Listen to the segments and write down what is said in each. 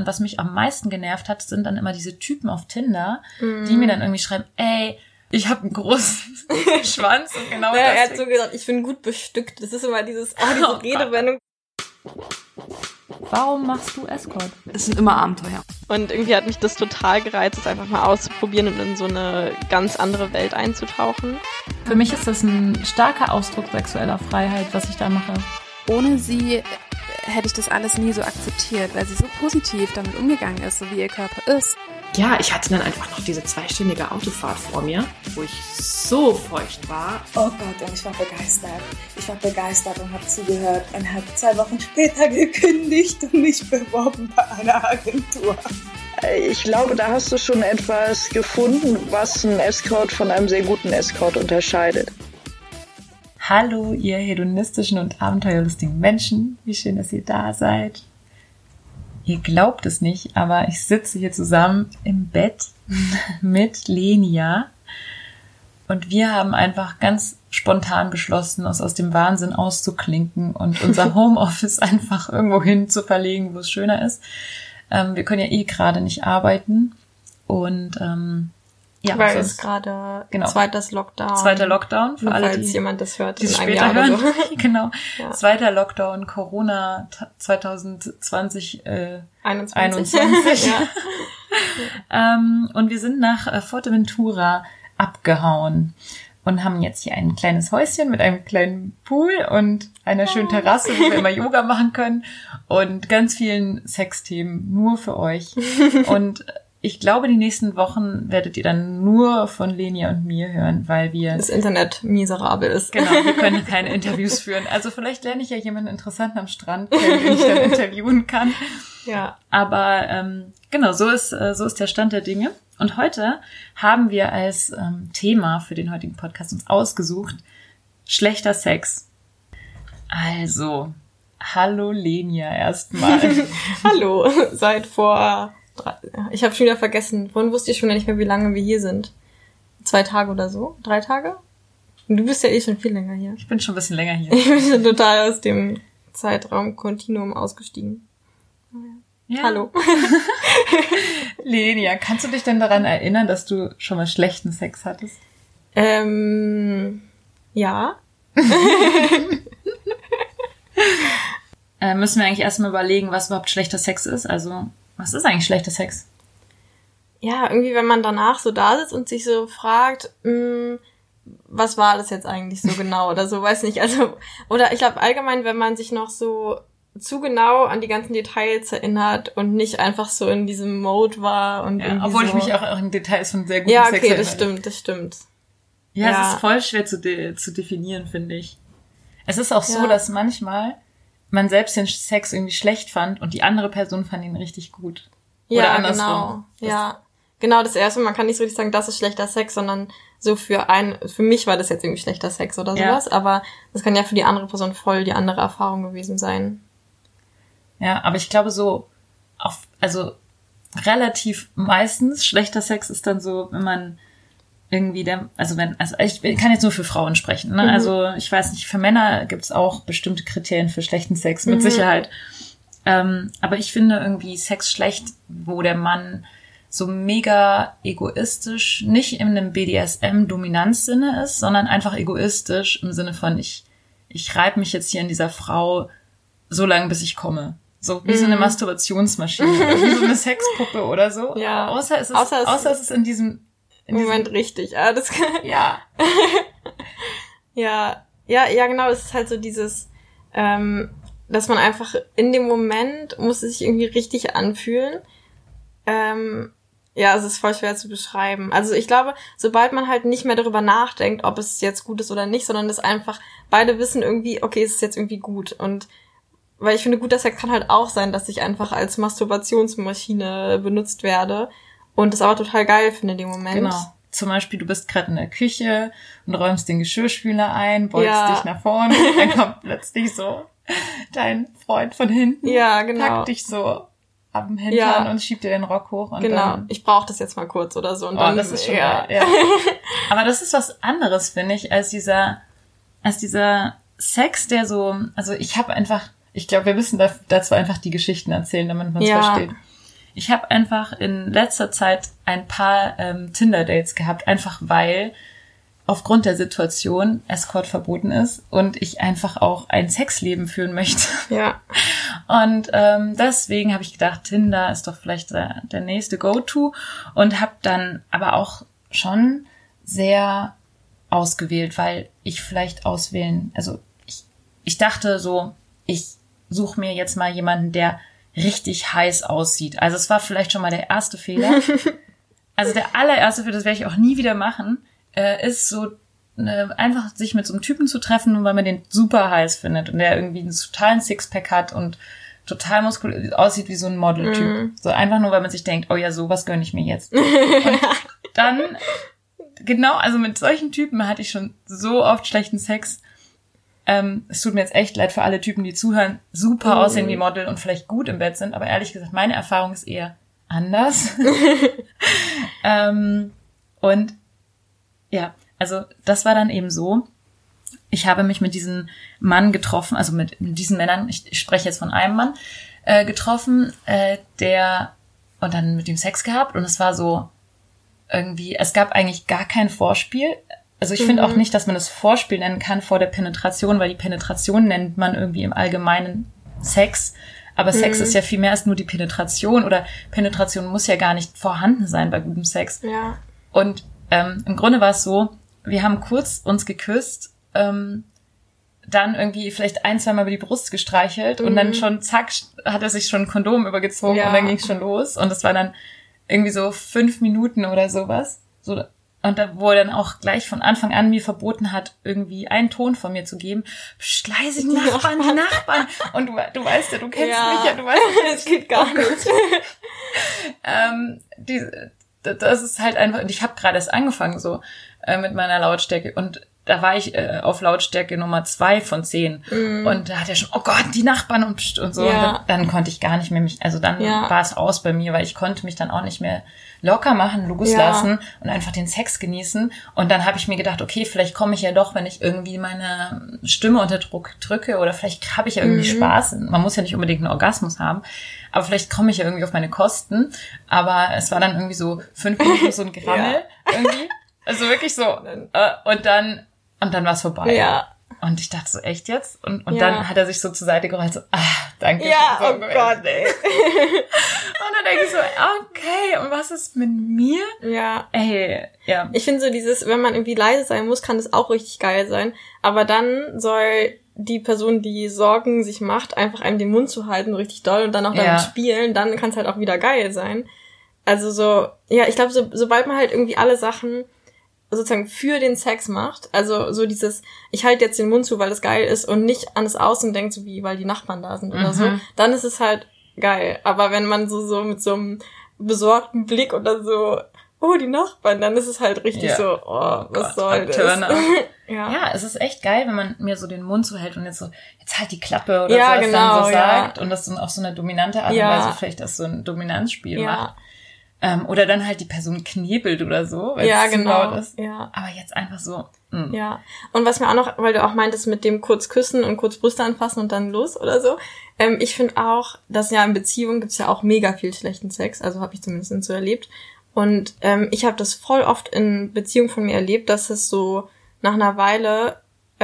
Und was mich am meisten genervt hat, sind dann immer diese Typen auf Tinder, die mir dann irgendwie schreiben, ey, ich habe einen großen Schwanz und genau naja, das. Er hat so gesagt, ich bin gut bestückt. Das ist immer diese Redewendung. Warum machst du Escort? Es sind immer Abenteuer. Und irgendwie hat mich das total gereizt, es einfach mal auszuprobieren und in so eine ganz andere Welt einzutauchen. Für mich ist das ein starker Ausdruck sexueller Freiheit, was ich da mache. Ohne sie hätte ich das alles nie so akzeptiert, weil sie so positiv damit umgegangen ist, so wie ihr Körper ist. Ja, ich hatte dann einfach noch diese 2-stündige Autofahrt vor mir, wo ich so feucht war. Oh Gott, und ich war begeistert. Ich war begeistert und habe zugehört und habe 2 Wochen später gekündigt und mich beworben bei einer Agentur. Ich glaube, da hast du schon etwas gefunden, was einen Escort von einem sehr guten Escort unterscheidet. Hallo, ihr hedonistischen und abenteuerlustigen Menschen. Wie schön, dass ihr da seid. Ihr glaubt es nicht, aber ich sitze hier zusammen im Bett mit Lenia und wir haben einfach ganz spontan beschlossen, uns aus dem Wahnsinn auszuklinken und unser Homeoffice einfach irgendwo hin zu verlegen, wo es schöner ist. Wir können ja gerade nicht arbeiten und ja, weil es gerade zweiter Lockdown für alle, falls jemand das hört, die es später hören. So. Genau. Ja. Zweiter Lockdown, Corona 2020, 21. Ja. Und wir sind nach Fuerteventura abgehauen und haben jetzt hier ein kleines Häuschen mit einem kleinen Pool und einer schönen Terrasse, wo wir immer Yoga machen können und ganz vielen Sexthemen nur für euch. Und ich glaube, die nächsten Wochen werdet ihr dann nur von Lenia und mir hören, weil wir... das Internet miserabel ist. Genau, wir können keine Interviews führen. Also vielleicht lerne ich ja jemanden Interessanten am Strand kennen, den ich dann interviewen kann. Ja. Aber genau, so ist der Stand der Dinge. Und heute haben wir als Thema für den heutigen Podcast uns ausgesucht, schlechter Sex. Also, hallo Lenia erstmal. Hallo, ich habe schon wieder vergessen. Vorhin wusste ich schon nicht mehr, wie lange wir hier sind. 2 Tage oder so? 3 Tage? Und du bist ja schon viel länger hier. Ich bin schon ein bisschen länger hier. Ich bin schon total aus dem Zeitraum-Kontinuum ausgestiegen. Ja. Hallo. Lenia, kannst du dich denn daran erinnern, dass du schon mal schlechten Sex hattest? Ja. Müssen wir eigentlich erstmal überlegen, was überhaupt schlechter Sex ist? Also, was ist eigentlich schlechter Sex? Ja, irgendwie, wenn man danach so da sitzt und sich so fragt, was war das jetzt eigentlich so genau oder so, weiß nicht. Also, oder ich glaube allgemein, wenn man sich noch so zu genau an die ganzen Details erinnert und nicht einfach so in diesem Mode war und ja, obwohl ich mich auch in Details von sehr guten Sex erinnere. Ja, okay, das stimmt. Ja, es ist voll schwer zu definieren, finde ich. Es ist auch so, dass manchmal man selbst den Sex irgendwie schlecht fand und die andere Person fand ihn richtig gut. Oder andersrum. Genau, das erste, man kann nicht so richtig sagen, das ist schlechter Sex, sondern so für mich war das jetzt irgendwie schlechter Sex oder sowas, aber das kann ja für die andere Person voll die andere Erfahrung gewesen sein. Ja, aber ich glaube also relativ meistens schlechter Sex ist dann so, wenn man irgendwie ich kann jetzt nur für Frauen sprechen, ne? Also ich weiß nicht, für Männer gibt's auch bestimmte Kriterien für schlechten Sex, mit Sicherheit. Aber ich finde irgendwie Sex schlecht, wo der Mann so mega egoistisch, nicht in einem BDSM-Dominanzsinne ist, sondern einfach egoistisch im Sinne von, ich reib mich jetzt hier an dieser Frau so lange, bis ich komme. So wie so eine Masturbationsmaschine oder wie so eine Sexpuppe oder so. Ja. Außer es ist in diesem Moment richtig. Ja. Ja, genau. Es ist halt so dieses, dass man einfach in dem Moment muss es sich irgendwie richtig anfühlen. Es ist voll schwer zu beschreiben. Also ich glaube, sobald man halt nicht mehr darüber nachdenkt, ob es jetzt gut ist oder nicht, sondern es einfach, beide wissen irgendwie, okay, es ist jetzt irgendwie gut. Und weil ich finde, guter Sex kann halt auch sein, dass ich einfach als Masturbationsmaschine benutzt werde und das aber total geil finde in dem Moment. Genau. Zum Beispiel, du bist gerade in der Küche und räumst den Geschirrspüler ein, beugst dich nach vorne, dann kommt plötzlich so dein Freund von hinten, packt dich so am Hintern und schiebt dir den Rock hoch. Und dann, ich brauche das jetzt mal kurz oder so. Und dann das ist schon geil. Aber das ist was anderes, finde ich, als dieser Sex, der so, also ich glaube, wir müssen dazu einfach die Geschichten erzählen, damit man es versteht. ich habe einfach in letzter Zeit ein paar Tinder-Dates gehabt, einfach weil aufgrund der Situation Escort verboten ist und ich einfach auch ein Sexleben führen möchte. Ja. Und deswegen habe ich gedacht, Tinder ist doch vielleicht der nächste Go-To und habe dann aber auch schon sehr ausgewählt, weil ich vielleicht ich dachte so, ich suche mir jetzt mal jemanden, der richtig heiß aussieht. Also es war vielleicht schon mal der erste Fehler. Also der allererste Fehler, das werde ich auch nie wieder machen, ist so einfach sich mit so einem Typen zu treffen, nur weil man den super heiß findet und der irgendwie einen totalen Sixpack hat und total muskulös aussieht wie so ein Modeltyp. So einfach nur, weil man sich denkt, oh ja, sowas gönne ich mir jetzt. Und dann, genau, also mit solchen Typen hatte ich schon so oft schlechten Sex. Es tut mir jetzt echt leid für alle Typen, die zuhören, super aussehen wie Model und vielleicht gut im Bett sind, aber ehrlich gesagt, meine Erfahrung ist eher anders. Und ja, also das war dann eben so, ich habe mich mit diesem Mann getroffen, also mit diesen Männern, ich spreche jetzt von einem Mann, getroffen, und dann mit ihm Sex gehabt und es war so irgendwie, es gab eigentlich gar kein Vorspiel. Also ich finde auch nicht, dass man das Vorspiel nennen kann vor der Penetration, weil die Penetration nennt man irgendwie im Allgemeinen Sex. Aber Sex ist ja viel mehr als nur die Penetration oder Penetration muss ja gar nicht vorhanden sein bei gutem Sex. Ja. Und im Grunde war es so, wir haben kurz uns geküsst, dann irgendwie vielleicht 1-2 Mal über die Brust gestreichelt und dann schon zack, hat er sich schon ein Kondom übergezogen und dann ging es schon los. Und das war dann irgendwie so 5 Minuten oder sowas. So. Und da, wo er dann auch gleich von Anfang an mir verboten hat, irgendwie einen Ton von mir zu geben. Psst, leise, die Nachbarn. Und du weißt ja, du kennst mich ja, du weißt ja, das geht gar nicht. Das ist halt einfach, und ich habe gerade erst angefangen so mit meiner Lautstärke und da war ich auf Lautstärke Nummer 2 von 10 und da hat er schon, oh Gott, die Nachbarn und so. Ja. Und dann konnte ich gar nicht mehr war es aus bei mir, weil ich konnte mich dann auch nicht mehr locker machen, loslassen und einfach den Sex genießen. Und dann habe ich mir gedacht, okay, vielleicht komme ich ja doch, wenn ich irgendwie meine Stimme unter Druck drücke oder vielleicht habe ich ja irgendwie Spaß. Man muss ja nicht unbedingt einen Orgasmus haben, aber vielleicht komme ich ja irgendwie auf meine Kosten. Aber es war dann irgendwie so 5 Minuten so ein Gerammel irgendwie. Also wirklich so. Und dann war es vorbei. Ja. Und ich dachte so, echt jetzt? Und dann hat er sich so zur Seite gerollt, so, danke. Ja, so, oh Gott, ey. Und dann denke ich so, okay, und was ist mit mir? Ja. Ey, ja. Ich finde so wenn man irgendwie leise sein muss, kann das auch richtig geil sein. Aber dann soll die Person, die Sorgen sich macht, einfach einem den Mund zu halten, richtig doll und dann auch damit spielen, dann kann es halt auch wieder geil sein. Also so, ja, ich glaube, sobald man halt irgendwie alle Sachen sozusagen für den Sex macht, also so dieses, ich halte jetzt den Mund zu, weil das geil ist und nicht an das Außen denkt, so wie, weil die Nachbarn da sind oder so, dann ist es halt geil. Aber wenn man so mit so einem besorgten Blick oder so, oh, die Nachbarn, dann ist es halt richtig so, oh, was soll das? Ja, es ist echt geil, wenn man mir so den Mund zuhält und jetzt halt die Klappe oder sowas dann so sagt und das dann auf so eine dominante Art und Weise vielleicht das so ein Dominanzspiel macht. Oder dann halt die Person knebelt oder so, weil es zu laut ist. Ja. Aber jetzt einfach so. Ja. Und was mir auch noch, weil du auch meintest, mit dem kurz küssen und kurz Brüste anfassen und dann los oder so. Ich finde auch, dass ja in Beziehungen gibt's ja auch mega viel schlechten Sex. Also habe ich zumindest so erlebt. Und ich habe das voll oft in Beziehungen von mir erlebt, dass es so nach einer Weile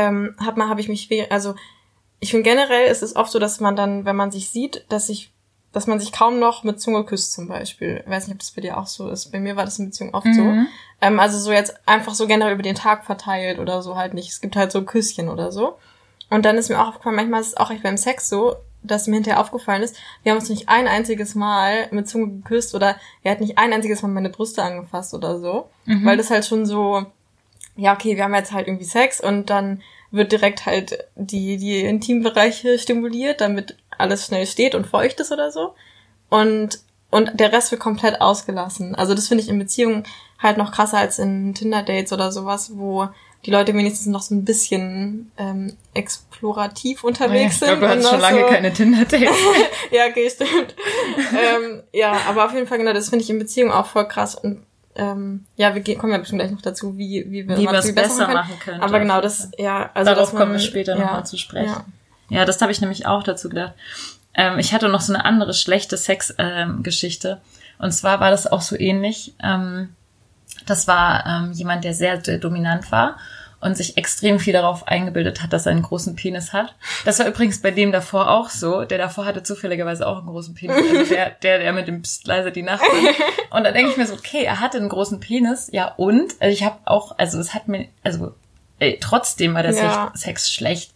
ich finde generell ist es oft so, dass man dann, wenn man sich sieht, dass man sich kaum noch mit Zunge küsst zum Beispiel. Ich weiß nicht, ob das bei dir auch so ist. Bei mir war das in Beziehungen oft so. Also so jetzt einfach so generell über den Tag verteilt oder so halt nicht. Es gibt halt so Küsschen oder so. Und dann ist mir auch aufgefallen, manchmal ist es auch echt beim Sex so, dass mir hinterher aufgefallen ist, wir haben uns nicht ein einziges Mal mit Zunge geküsst oder er hat nicht ein einziges Mal meine Brüste angefasst oder so. Weil das halt schon so, ja okay, wir haben jetzt halt irgendwie Sex und dann wird direkt halt die Intimbereiche stimuliert, damit alles schnell steht und feucht ist oder so. Und der Rest wird komplett ausgelassen. Also das finde ich in Beziehungen halt noch krasser als in Tinder-Dates oder sowas, wo die Leute wenigstens noch so ein bisschen explorativ unterwegs sind. Ich glaube, du hattest schon lange keine Tinder-Dates. Ja, okay, stimmt. Aber auf jeden Fall, genau, das finde ich in Beziehungen auch voll krass. Und wir kommen ja bestimmt gleich noch dazu, wie wir es besser machen können. Aber genau, das, also darauf kommen wir später nochmal zu sprechen. Ja, das habe ich nämlich auch dazu gedacht. Ich hatte noch so eine andere schlechte Sex-Geschichte. Und zwar war das auch so ähnlich. Das war jemand, der sehr, sehr dominant war und sich extrem viel darauf eingebildet hat, dass er einen großen Penis hat. Das war übrigens bei dem davor auch so. Der davor hatte zufälligerweise auch einen großen Penis. Also der mit dem Psst, leise die Nacht. Und da denke ich mir so, okay, er hatte einen großen Penis. Ja, und? Also ich habe auch, also es hat mir, also trotzdem war der Sex schlecht.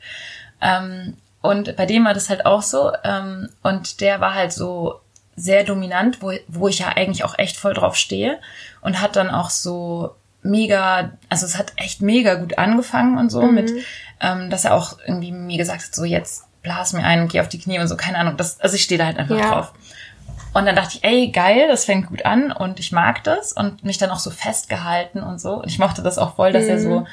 Und bei dem war das halt auch so. Und der war halt so sehr dominant, wo ich ja eigentlich auch echt voll drauf stehe. Und hat dann auch so mega, also es hat echt mega gut angefangen und so mit, dass er auch irgendwie mir gesagt hat, so jetzt blas mir ein und geh auf die Knie und so, keine Ahnung. Also ich stehe da halt einfach drauf. Und dann dachte ich, ey, geil, das fängt gut an und ich mag das und mich dann auch so festgehalten und so. Und ich mochte das auch voll, dass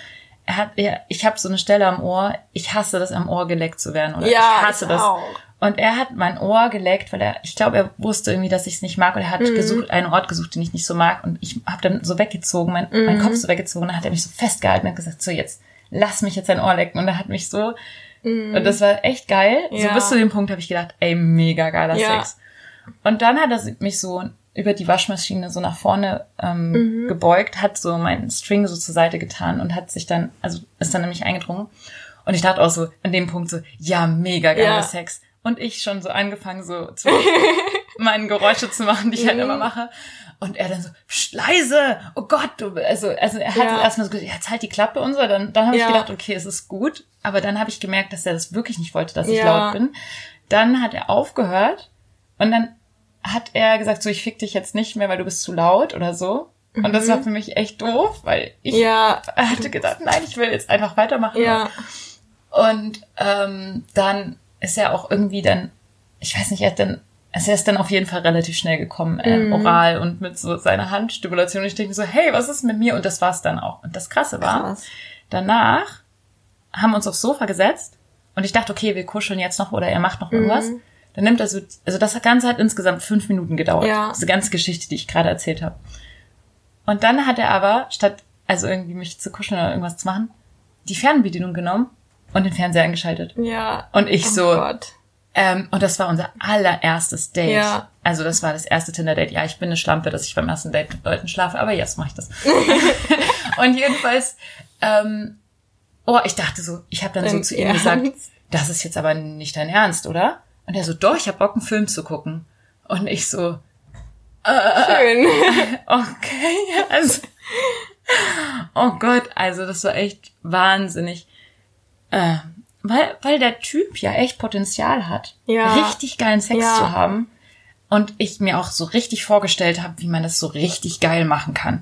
ich habe so eine Stelle am Ohr, ich hasse das, am Ohr geleckt zu werden. Oder ich hasse das. Auch. Und er hat mein Ohr geleckt, weil ich glaube, er wusste irgendwie, dass ich es nicht mag. Und er hat einen Ort gesucht, den ich nicht so mag. Und ich habe dann so weggezogen, mein Kopf so weggezogen. Und dann hat er mich so festgehalten und gesagt, so jetzt, lass mich jetzt ein Ohr lecken. Und er hat mich so, und das war echt geil. Ja. So bis zu dem Punkt habe ich gedacht, ey, mega geiler Sex. Und dann hat er mich so über die Waschmaschine so nach vorne gebeugt, hat so meinen String so zur Seite getan und hat sich dann, also ist dann nämlich eingedrungen. Und ich dachte auch so, an dem Punkt so, ja, mega geiler Sex. Und ich schon so angefangen, so meinen Geräusche zu machen, die ich halt immer mache. Und er dann so, leise, oh Gott, also er hat erstmal so gesagt, jetzt halt die Klappe und so. Dann habe ich gedacht, okay, es ist gut. Aber dann habe ich gemerkt, dass er das wirklich nicht wollte, dass ich laut bin. Dann hat er aufgehört und dann hat er gesagt, so, ich fick dich jetzt nicht mehr, weil du bist zu laut oder so. Und das war für mich echt doof, weil ich hatte gedacht, nein, ich will jetzt einfach weitermachen. Ja. Und dann ist er auch irgendwie dann, ich weiß nicht, er ist dann auf jeden Fall relativ schnell gekommen, oral und mit so seiner Handstimulation. Und ich denke so, hey, was ist mit mir? Und das war's dann auch. Und das Krasse war, danach haben wir uns aufs Sofa gesetzt und ich dachte, okay, wir kuscheln jetzt noch oder er macht noch irgendwas. Dann nimmt er so, also das Ganze hat insgesamt 5 Minuten gedauert. Ja. Diese ganze Geschichte, die ich gerade erzählt habe. Und dann hat er aber, statt also irgendwie mich zu kuscheln oder irgendwas zu machen, die Fernbedienung genommen und den Fernseher eingeschaltet. Ja. Und ich Gott. Und das war unser allererstes Date. Ja. Also das war das erste Tinder-Date. Ja, ich bin eine Schlampe, dass ich beim ersten Date mit Leuten schlafe, aber jetzt mache ich das. Und jedenfalls, ich dachte so, ich habe dann so zu ihm gesagt, das ist jetzt aber nicht dein Ernst, oder? Und er so, doch, ich hab Bock, einen Film zu gucken. Und ich so, schön. Okay, also, oh Gott, also das war echt wahnsinnig. Weil der Typ ja echt Potenzial hat, richtig geilen Sex zu haben. Und ich mir auch so richtig vorgestellt habe, wie man das so richtig geil machen kann.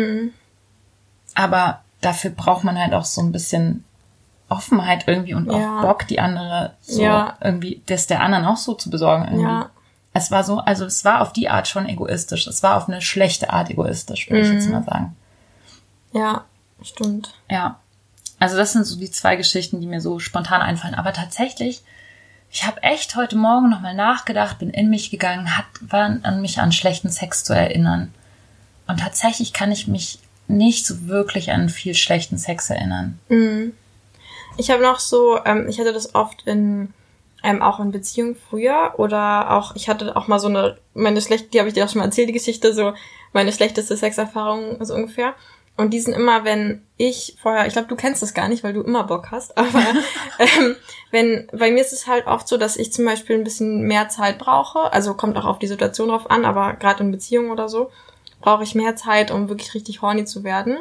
Aber dafür braucht man halt auch so ein bisschen Offenheit irgendwie und auch Bock, die andere so irgendwie, das der anderen auch so zu besorgen irgendwie. Ja. Es war so, also es war auf die Art schon egoistisch. Es war auf eine schlechte Art egoistisch, würde ich jetzt mal sagen. Ja, stimmt. Ja. Also das sind so die 2 Geschichten, die mir so spontan einfallen. Aber tatsächlich, ich habe echt heute Morgen nochmal nachgedacht, bin in mich gegangen, war an mich an schlechten Sex zu erinnern. Und tatsächlich kann ich mich nicht so wirklich an viel schlechten Sex erinnern. Ich habe noch so, ich hatte das oft auch in Beziehungen früher oder auch, ich hatte auch mal so die habe ich dir auch schon mal erzählt, die Geschichte, so meine schlechteste Sexerfahrung so ungefähr. Und die sind immer, wenn ich vorher, ich glaube, du kennst das gar nicht, weil du immer Bock hast, aber bei mir ist es halt oft so, dass ich zum Beispiel ein bisschen mehr Zeit brauche, also kommt auch auf die Situation drauf an, aber gerade in Beziehungen oder so, brauche ich mehr Zeit, um wirklich richtig horny zu werden.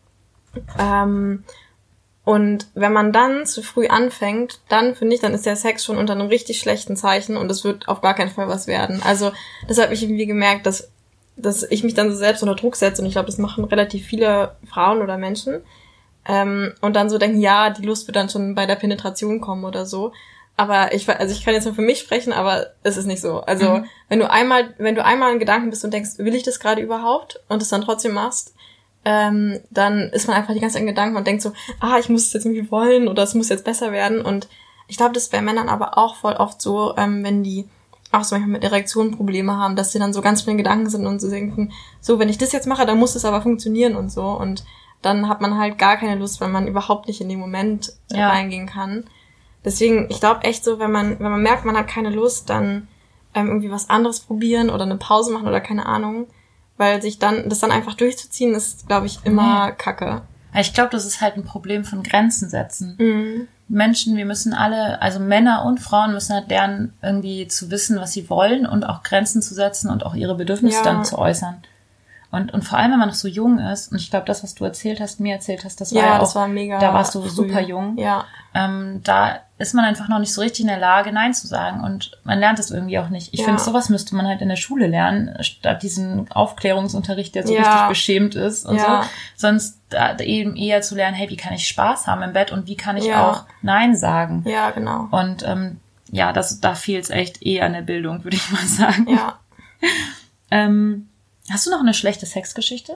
Und wenn man dann zu früh anfängt, dann finde ich, dann ist der Sex schon unter einem richtig schlechten Zeichen und es wird auf gar keinen Fall was werden. Also das habe ich irgendwie gemerkt, dass ich mich dann so selbst unter Druck setze und ich glaube, das machen relativ viele Frauen oder Menschen und dann so denken, ja, die Lust wird dann schon bei der Penetration kommen oder so. Aber ich kann jetzt nur für mich sprechen, aber es ist nicht so. Also wenn du einmal in Gedanken bist und denkst, will ich das gerade überhaupt und es dann trotzdem machst, dann ist man einfach die ganze Zeit in Gedanken und denkt so, ich muss es jetzt irgendwie wollen oder es muss jetzt besser werden. Und ich glaube, das ist bei Männern aber auch voll oft so, wenn die auch so manchmal mit Erektionen Probleme haben, dass sie dann so ganz viele Gedanken sind und so denken, so, wenn ich das jetzt mache, dann muss es aber funktionieren und so. Und dann hat man halt gar keine Lust, weil man überhaupt nicht in den Moment reingehen kann. deswegen, ich glaube echt so, wenn man merkt, man hat keine Lust, dann irgendwie was anderes probieren oder eine Pause machen oder keine Ahnung, weil das dann einfach durchzuziehen, ist, glaube ich, immer Kacke. Ich glaube, das ist halt ein Problem von Grenzen setzen. Menschen, wir müssen alle, also Männer und Frauen müssen halt lernen, irgendwie zu wissen, was sie wollen und auch Grenzen zu setzen und auch ihre Bedürfnisse dann zu äußern. Und vor allem, wenn man noch so jung ist, und ich glaube, das, was du mir erzählt hast, das war ja auch, das war mega da warst du früh. super jung. Ja. Da ist man einfach noch nicht so richtig in der Lage, Nein zu sagen. Und man lernt es irgendwie auch nicht. Ich finde, sowas müsste man halt in der Schule lernen, statt diesen Aufklärungsunterricht, der so richtig beschämt ist und so. Sonst eben eher zu lernen, hey, wie kann ich Spaß haben im Bett und wie kann ich auch Nein sagen? Ja, genau. Und da fehlt es echt an der Bildung, würde ich mal sagen. Ja. Hast du noch eine schlechte Sexgeschichte?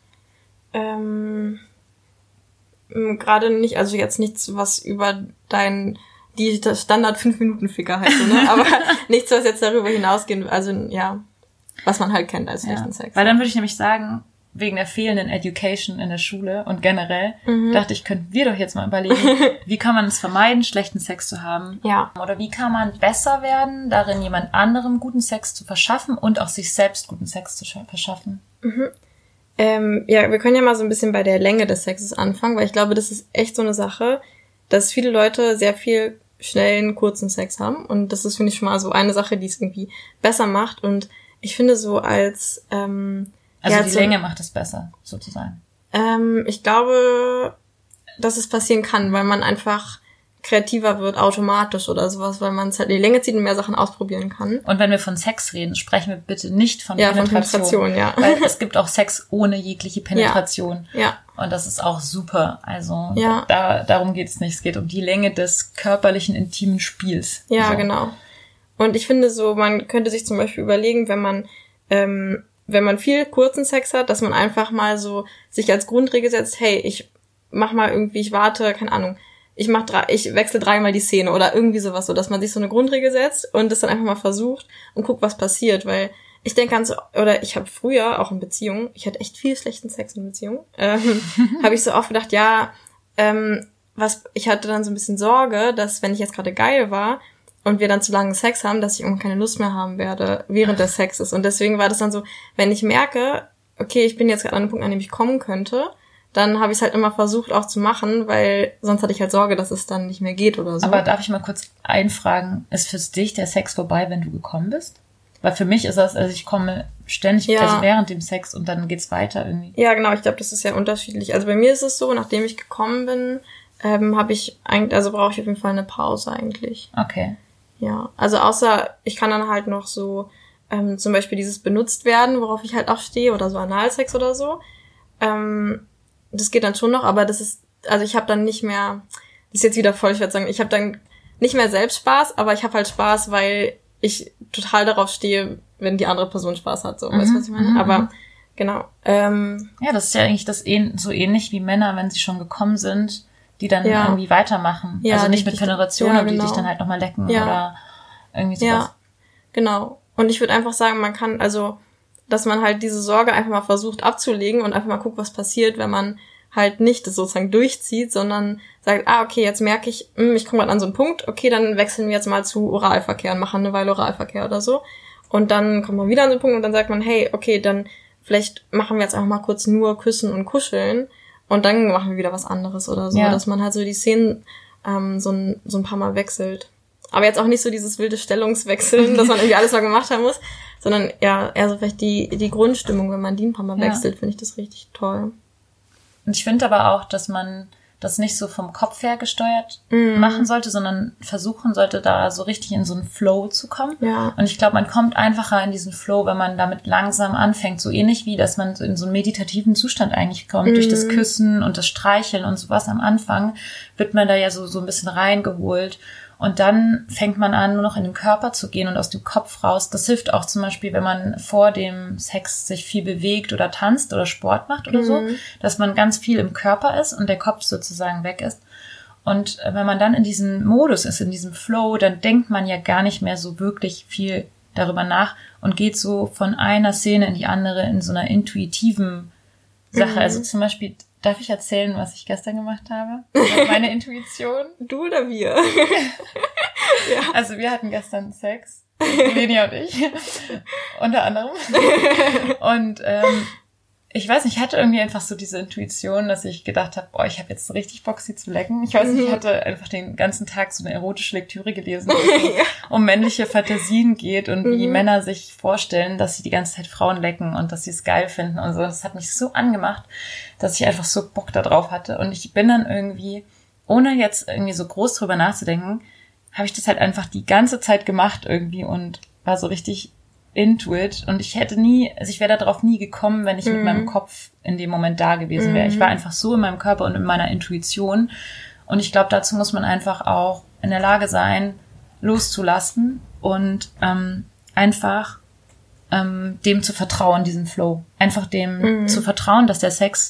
Gerade nicht, also jetzt nichts, was über die Standard 5-Minuten-Ficker heißt, ne? Aber nichts, was jetzt darüber hinausgeht, also ja, was man halt kennt als schlechten Sex. Weil dann würde ich nämlich sagen, wegen der fehlenden Education in der Schule und generell, dachte ich, könnten wir doch jetzt mal überlegen, wie kann man es vermeiden, schlechten Sex zu haben? Ja. Oder wie kann man besser werden, darin jemand anderem guten Sex zu verschaffen und auch sich selbst guten Sex zu verschaffen? Wir können ja mal so ein bisschen bei der Länge des Sexes anfangen, weil ich glaube, das ist echt so eine Sache, dass viele Leute sehr viel schnellen, kurzen Sex haben. Und das ist, finde ich, schon mal so eine Sache, die es irgendwie besser macht. Und ich finde so als die Länge macht es besser, sozusagen. Ich glaube, dass es passieren kann, weil man einfach kreativer wird, automatisch oder sowas, weil man es halt in die Länge zieht und mehr Sachen ausprobieren kann. Und wenn wir von Sex reden, sprechen wir bitte nicht von Penetration. Von Penetration, Weil es gibt auch Sex ohne jegliche Penetration. Ja. Und das ist auch super. Also darum geht es nicht. Es geht um die Länge des körperlichen, intimen Spiels. Ja, genau. Und ich finde so, man könnte sich zum Beispiel überlegen, wenn man viel kurzen Sex hat, dass man einfach mal so sich als Grundregel setzt, hey, ich mach mal irgendwie, ich warte, keine Ahnung, ich wechsle 3-mal die Szene oder irgendwie sowas, so dass man sich so eine Grundregel setzt und das dann einfach mal versucht und guckt, was passiert, weil ich denke ich habe früher auch in Beziehungen, ich hatte echt viel schlechten Sex in Beziehungen, habe ich so oft gedacht, ich hatte dann so ein bisschen Sorge, dass wenn ich jetzt gerade geil war und wir dann zu lange Sex haben, dass ich irgendwann keine Lust mehr haben werde während des Sexes. Und deswegen war das dann so, wenn ich merke, okay, ich bin jetzt gerade an einem Punkt, an dem ich kommen könnte, dann habe ich es halt immer versucht auch zu machen, weil sonst hatte ich halt Sorge, dass es dann nicht mehr geht oder so. Aber darf ich mal kurz einfragen, ist für dich der Sex vorbei, wenn du gekommen bist? Weil für mich ist das, also ich komme ständig während dem Sex und dann geht's weiter irgendwie. Ja, genau, ich glaube, das ist ja unterschiedlich. Also bei mir ist es so, nachdem ich gekommen bin, brauche ich auf jeden Fall eine Pause eigentlich. Okay. Ja, also außer ich kann dann halt noch so zum Beispiel dieses benutzt werden, worauf ich halt auch stehe, oder so Analsex oder so. Das geht dann schon noch, aber ich habe dann nicht mehr, das ist jetzt wieder voll, ich würde sagen, ich habe dann nicht mehr selbst Spaß, aber ich habe halt Spaß, weil ich total darauf stehe, wenn die andere Person Spaß hat, so, weißt du, was ich meine? Aber, genau. Ja, das ist ja eigentlich so ähnlich wie Männer, wenn sie schon gekommen sind, die dann irgendwie weitermachen. Ja, also nicht mit Penetration, aber die dich dann halt nochmal lecken oder irgendwie sowas. Ja, genau. Und ich würde einfach sagen, man kann, dass man halt diese Sorge einfach mal versucht abzulegen und einfach mal guckt, was passiert, wenn man halt nicht das sozusagen durchzieht, sondern sagt, okay, jetzt merke ich, ich komme gerade an so einen Punkt, okay, dann wechseln wir jetzt mal zu Oralverkehr und machen eine Weile Oralverkehr oder so. Und dann kommt man wieder an so einen Punkt und dann sagt man, hey, okay, dann vielleicht machen wir jetzt einfach mal kurz nur Küssen und Kuscheln und dann machen wir wieder was anderes oder so, dass man halt so die Szenen so ein paar Mal wechselt. Aber jetzt auch nicht so dieses wilde Stellungswechseln, dass man irgendwie alles mal gemacht haben muss, sondern eher so vielleicht die Grundstimmung, wenn man die ein paar Mal wechselt, finde ich das richtig toll. Und ich finde aber auch, dass man das nicht so vom Kopf her gesteuert machen sollte, sondern versuchen sollte, da so richtig in so einen Flow zu kommen. Ja. Und ich glaube, man kommt einfacher in diesen Flow, wenn man damit langsam anfängt. So ähnlich wie, dass man so in so einen meditativen Zustand eigentlich kommt. Durch das Küssen und das Streicheln und sowas am Anfang wird man da ja so ein bisschen reingeholt. Und dann fängt man an, nur noch in den Körper zu gehen und aus dem Kopf raus. Das hilft auch zum Beispiel, wenn man vor dem Sex sich viel bewegt oder tanzt oder Sport macht oder so, dass man ganz viel im Körper ist und der Kopf sozusagen weg ist. Und wenn man dann in diesem Modus ist, in diesem Flow, dann denkt man ja gar nicht mehr so wirklich viel darüber nach und geht so von einer Szene in die andere in so einer intuitiven Sache. Also zum Beispiel, Darf ich erzählen, was ich gestern gemacht habe? Meine Intuition? Du oder wir? Ja. Also wir hatten gestern Sex, Lenia und ich, unter anderem. Und ich weiß nicht, ich hatte irgendwie einfach so diese Intuition, dass ich gedacht habe, boah, ich habe jetzt so richtig Bock, sie zu lecken. Ich weiß nicht, ich hatte einfach den ganzen Tag so eine erotische Lektüre gelesen, wo es so um männliche Fantasien geht und wie Männer sich vorstellen, dass sie die ganze Zeit Frauen lecken und dass sie es geil finden und so. Das hat mich so angemacht, dass ich einfach so Bock da drauf hatte. Und ich bin dann irgendwie, ohne jetzt irgendwie so groß drüber nachzudenken, habe ich das halt einfach die ganze Zeit gemacht irgendwie und war so richtig into it. Und ich wäre darauf nie gekommen, wenn ich mit meinem Kopf in dem Moment da gewesen wäre. Ich war einfach so in meinem Körper und in meiner Intuition. Und ich glaube, dazu muss man einfach auch in der Lage sein, loszulassen und einfach dem zu vertrauen, diesem Flow. Einfach dem zu vertrauen, dass der Sex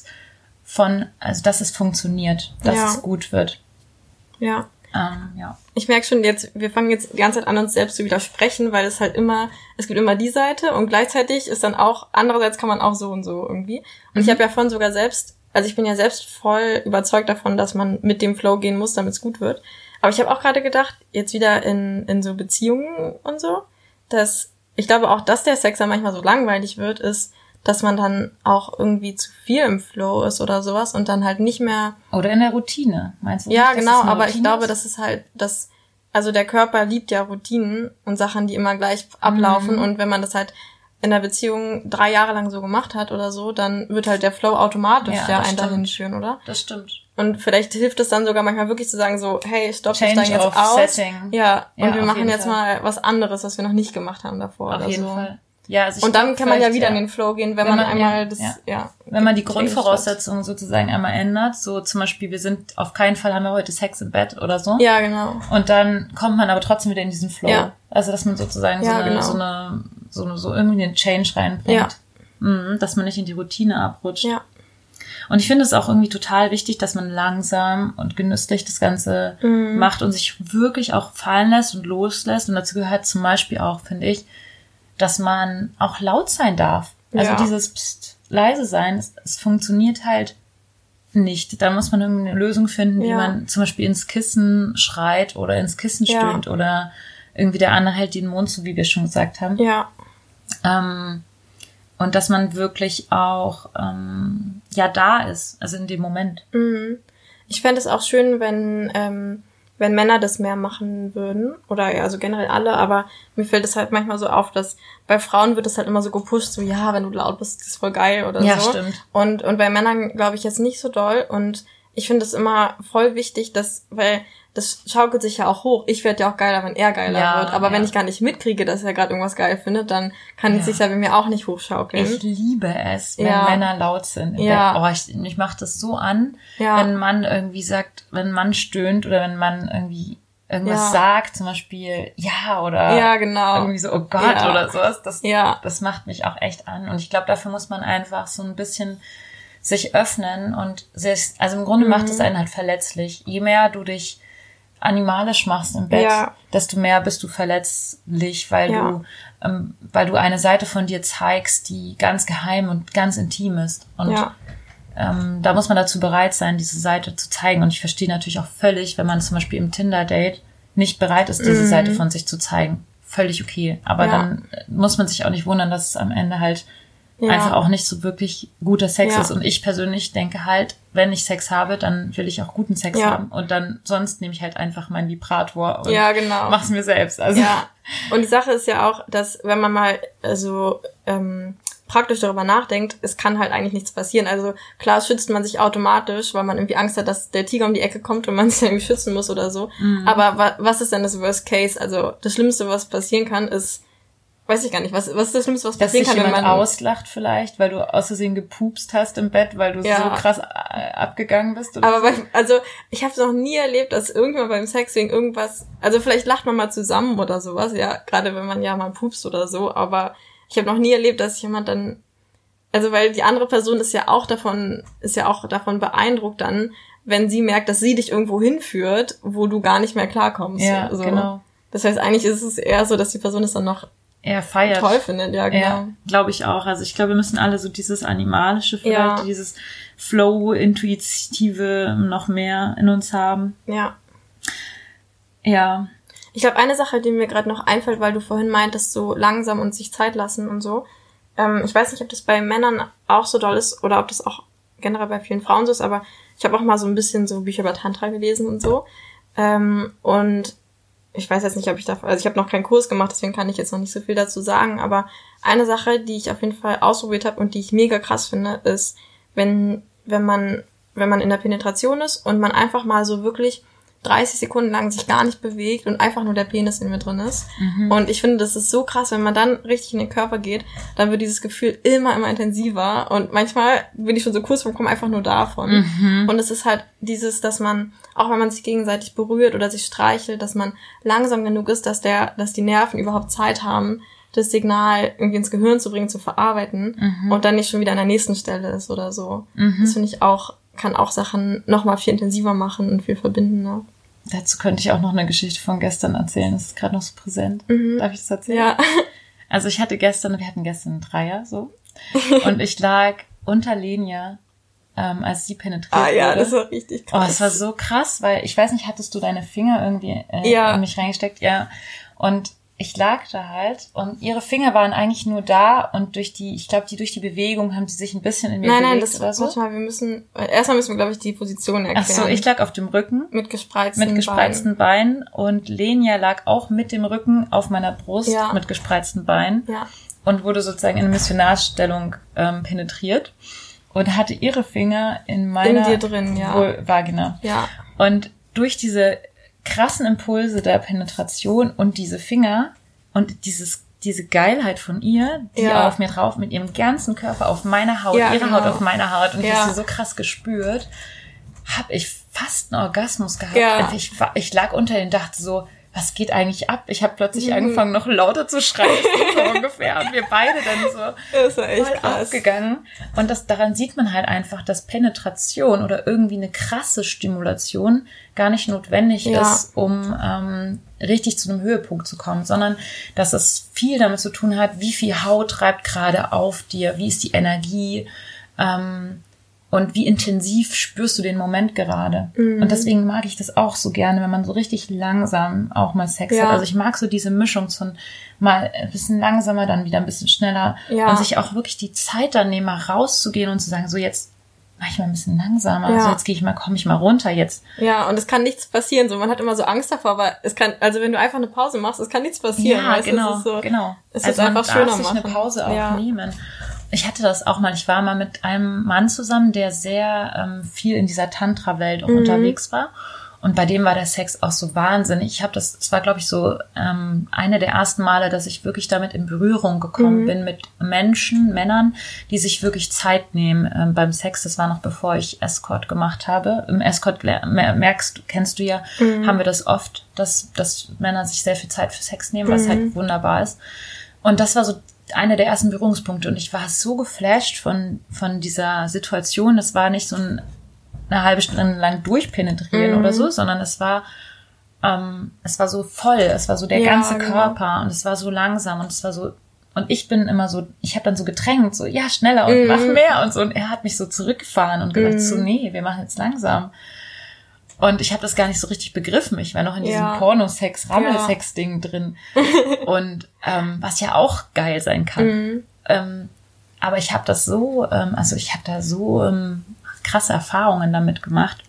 dass es funktioniert, dass es gut wird. Ja. Ja. Ich merke schon jetzt, wir fangen jetzt die ganze Zeit an, uns selbst zu widersprechen, weil es gibt immer die Seite und gleichzeitig ist dann auch, andererseits kann man auch so und so irgendwie. Und ich habe ja vorhin sogar ich bin ja selbst voll überzeugt davon, dass man mit dem Flow gehen muss, damit es gut wird. Aber ich habe auch gerade gedacht, jetzt wieder in so Beziehungen und so, dass ich glaube auch, dass der Sex dann manchmal so langweilig wird, ist, dass man dann auch irgendwie zu viel im Flow ist oder sowas und dann halt nicht mehr... Oder in der Routine, meinst du? Ja, nicht, genau, aber ich glaube, das ist halt, also der Körper liebt ja Routinen und Sachen, die immer gleich ablaufen und wenn man das halt in der Beziehung 3 Jahre lang so gemacht hat oder so, dann wird halt der Flow automatisch einen dahin führen, oder? Das stimmt. Und vielleicht hilft es dann sogar manchmal wirklich zu sagen so, hey, stopp, ich steige jetzt aus. Setting. Ja, und wir machen jetzt mal was anderes, was wir noch nicht gemacht haben davor auf oder jeden so. Fall. Ja, also und dann kann man ja wieder in den Flow gehen, wenn man einmal wenn man die Grundvoraussetzungen sozusagen einmal ändert, so zum Beispiel, auf keinen Fall haben wir heute Sex im Bett oder so. Ja, genau. Und dann kommt man aber trotzdem wieder in diesen Flow. Ja. Also, dass man sozusagen so irgendwie einen Change reinbringt. Ja. Dass man nicht in die Routine abrutscht. Ja. Und ich finde es auch irgendwie total wichtig, dass man langsam und genüsslich das Ganze macht und sich wirklich auch fallen lässt und loslässt. Und dazu gehört zum Beispiel auch, finde ich, dass man auch laut sein darf. Also dieses Psst, leise sein, es funktioniert halt nicht. Da muss man irgendwie eine Lösung finden, wie man zum Beispiel ins Kissen schreit oder ins Kissen stöhnt oder irgendwie der andere hält den Mund zu, wie wir schon gesagt haben. Ja. Und dass man wirklich auch da ist, also in dem Moment. Ich fände es auch schön, wenn Männer das mehr machen würden, oder also generell alle, aber mir fällt es halt manchmal so auf, dass bei Frauen wird es halt immer so gepusht, so ja, wenn du laut bist, ist voll geil oder so. Ja, stimmt. Und bei Männern glaube ich jetzt nicht so doll und ich finde es immer voll wichtig, weil das schaukelt sich ja auch hoch. Ich werde ja auch geiler, wenn er geiler wird, aber wenn ich gar nicht mitkriege, dass er gerade irgendwas geil findet, dann kann es sich ja bei mir auch nicht hochschaukeln. Ich liebe es, wenn Männer laut sind im Bett. Oh, mich macht das so an, wenn man irgendwie sagt, wenn man stöhnt oder wenn man irgendwie irgendwas sagt, zum Beispiel oder genau. Irgendwie so, oh Gott oder sowas. Das macht mich auch echt an. Und ich glaube, dafür muss man einfach so ein bisschen sich öffnen und also im Grunde macht es einen halt verletzlich. Je mehr du dich animalisch machst im Bett, desto mehr bist du verletzlich, weil du eine Seite von dir zeigst, die ganz geheim und ganz intim ist. Und da muss man dazu bereit sein, diese Seite zu zeigen. Und ich verstehe natürlich auch völlig, wenn man zum Beispiel im Tinder-Date nicht bereit ist, diese Seite von sich zu zeigen. Völlig okay. Aber dann muss man sich auch nicht wundern, dass es am Ende halt einfach auch nicht so wirklich guter Sex ist. Und ich persönlich denke halt, wenn ich Sex habe, dann will ich auch guten Sex haben. Und dann sonst nehme ich halt einfach mein Vibrator und mach's mir selbst. Also. Ja. Und die Sache ist ja auch, dass wenn man mal so praktisch darüber nachdenkt, es kann halt eigentlich nichts passieren. Also klar schützt man sich automatisch, weil man irgendwie Angst hat, dass der Tiger um die Ecke kommt und man sich irgendwie schützen muss oder so. Aber was ist denn das Worst Case? Also das Schlimmste, was passieren kann, ist, weiß ich gar nicht, was ist das Schlimmste, was passieren kann, wenn man auslacht vielleicht, weil du aus Versehen gepupst hast im Bett, weil du so krass abgegangen bist. Oder aber ich habe es noch nie erlebt, dass irgendjemand beim Sex wegen irgendwas, also vielleicht lacht man mal zusammen oder sowas, gerade wenn man mal pupst oder so, aber ich habe noch nie erlebt, dass jemand dann, also weil die andere Person ist ja auch davon beeindruckt dann, wenn sie merkt, dass sie dich irgendwo hinführt, wo du gar nicht mehr klarkommst. Ja, genau. Das heißt, eigentlich ist es eher so, dass die Person es dann noch eher feiert. Toll findet, ja, genau. Ja, glaube ich auch. Also ich glaube, wir müssen alle so dieses Animalische vielleicht, dieses Flow, Intuitive noch mehr in uns haben. Ja. Ja. Ich glaube, eine Sache, die mir gerade noch einfällt, weil du vorhin meintest, so langsam und sich Zeit lassen und so. Ich weiß nicht, ob das bei Männern auch so doll ist oder ob das auch generell bei vielen Frauen so ist, aber ich habe auch mal so ein bisschen so Bücher über Tantra gelesen und so. Und ich weiß jetzt nicht, ob ich also ich habe noch keinen Kurs gemacht, deswegen kann ich jetzt noch nicht so viel dazu sagen, aber eine Sache, die ich auf jeden Fall ausprobiert habe und die ich mega krass finde, ist, wenn man in der Penetration ist und man einfach mal so wirklich 30 Sekunden lang sich gar nicht bewegt und einfach nur der Penis in mir drin ist. Und ich finde, das ist so krass, wenn man dann richtig in den Körper geht, dann wird dieses Gefühl immer intensiver und manchmal bin ich schon so kurz vorm Kommen einfach nur davon. Und es ist halt dieses, dass man, auch wenn man sich gegenseitig berührt oder sich streichelt, dass man langsam genug ist, dass die Nerven überhaupt Zeit haben, das Signal irgendwie ins Gehirn zu bringen, zu verarbeiten und dann nicht schon wieder an der nächsten Stelle ist oder so. Das finde ich auch, kann auch Sachen nochmal viel intensiver machen und viel verbindender. Dazu könnte ich auch noch eine Geschichte von gestern erzählen. Das ist gerade noch so präsent. Darf ich das erzählen? Ja. Also wir hatten gestern einen Dreier, so. Und ich lag unter Lenia, als sie penetriert wurde. Ja, das war richtig krass. Oh, es war so krass, weil, ich weiß nicht, hattest du deine Finger irgendwie in mich reingesteckt? Ja. Und ich lag da halt und ihre Finger waren eigentlich nur da und durch die Bewegung haben sie sich ein bisschen in mir bewegt oder so. Warte mal, erstmal müssen wir, glaube ich, die Position erklären. Ach so, ich lag auf dem Rücken. Mit gespreizten Beinen und Lenia lag auch mit dem Rücken auf meiner Brust mit gespreizten Beinen und wurde sozusagen in Missionarstellung penetriert und hatte ihre Finger in dir drin, Vagina. Ja. Und durch diese krassen Impulse der Penetration und diese Finger und diese Geilheit von ihr, die auf mir drauf mit ihrem ganzen Körper auf meiner Haut, ihre Haut auf meiner Haut und ich habe sie so krass gespürt, habe ich fast einen Orgasmus gehabt. Ja. Ich lag unter ihr und dachte so, was geht eigentlich ab? Ich habe plötzlich angefangen, noch lauter zu schreien, so ungefähr. Und wir beide dann so das war echt voll aufgegangen. Und daran sieht man halt einfach, dass Penetration oder irgendwie eine krasse Stimulation gar nicht notwendig ist, um richtig zu einem Höhepunkt zu kommen, sondern dass es viel damit zu tun hat, wie viel Haut treibt gerade auf dir, wie ist die Energie, und wie intensiv spürst du den Moment gerade. Und deswegen mag ich das auch so gerne, wenn man so richtig langsam auch mal Sex hat. Also ich mag so diese Mischung von mal ein bisschen langsamer, dann wieder ein bisschen schneller. Und sich auch wirklich die Zeit dann nehmen, mal rauszugehen und zu sagen, so jetzt mach ich mal ein bisschen langsamer. Also jetzt komme ich mal runter jetzt. Ja, und es kann nichts passieren. So, man hat immer so Angst davor, aber also wenn du einfach eine Pause machst, es kann nichts passieren. Ja, genau. Es ist einfach schöner machen. Man darf sich eine Pause auch nehmen. Ich hatte das auch mal. Ich war mal mit einem Mann zusammen, der sehr viel in dieser Tantra-Welt auch unterwegs war. Und bei dem war der Sex auch so wahnsinnig. Es war, glaube ich, so eine der ersten Male, dass ich wirklich damit in Berührung gekommen bin mit Männern, die sich wirklich Zeit nehmen beim Sex. Das war noch bevor ich Escort gemacht habe. Im Escort kennst du ja, haben wir das oft, dass Männer sich sehr viel Zeit für Sex nehmen, was halt wunderbar ist. Und das war so eine der ersten Berührungspunkte. Und ich war so geflasht von dieser Situation. Das war nicht so eine halbe Stunde lang durchpenetrieren oder so, sondern es war so voll, es war so der ganze Körper und es war so langsam und es war so, und ich bin immer so, ich habe dann so gedrängt, so, ja, schneller und mach mehr und so, und er hat mich so zurückgefahren und gesagt, so, nee, wir machen jetzt langsam. Und ich habe das gar nicht so richtig begriffen. Ich war noch in diesem Pornosex, Rammelsex-Ding drin. Und was ja auch geil sein kann. Aber ich habe das so, ich habe da so krasse Erfahrungen damit gemacht.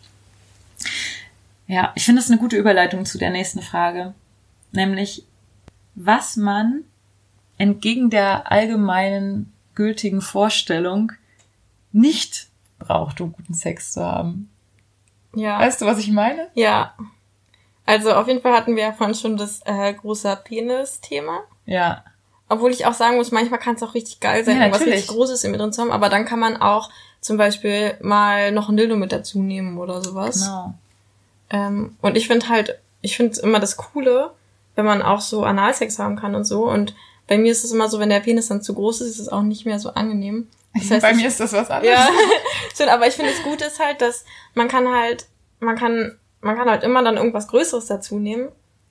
Ja, ich finde das eine gute Überleitung zu der nächsten Frage. Nämlich, was man entgegen der allgemeinen gültigen Vorstellung nicht braucht, um guten Sex zu haben. Ja. Weißt du, was ich meine? Ja. Also auf jeden Fall hatten wir ja vorhin schon das große Penis-Thema. Ja. Obwohl ich auch sagen muss, manchmal kann es auch richtig geil sein, irgendwas richtig Großes in mir drin zu haben. Aber dann kann man auch zum Beispiel mal noch ein Dildo mit dazu nehmen oder sowas. Genau. Und ich finde immer das Coole, wenn man auch so Analsex haben kann und so. Und bei mir ist es immer so, wenn der Penis dann zu groß ist, ist es auch nicht mehr so angenehm. Das heißt, bei mir ist das was anderes. Ja, stimmt, aber ich finde, das Gute ist halt, dass man kann halt immer dann irgendwas Größeres dazu nehmen.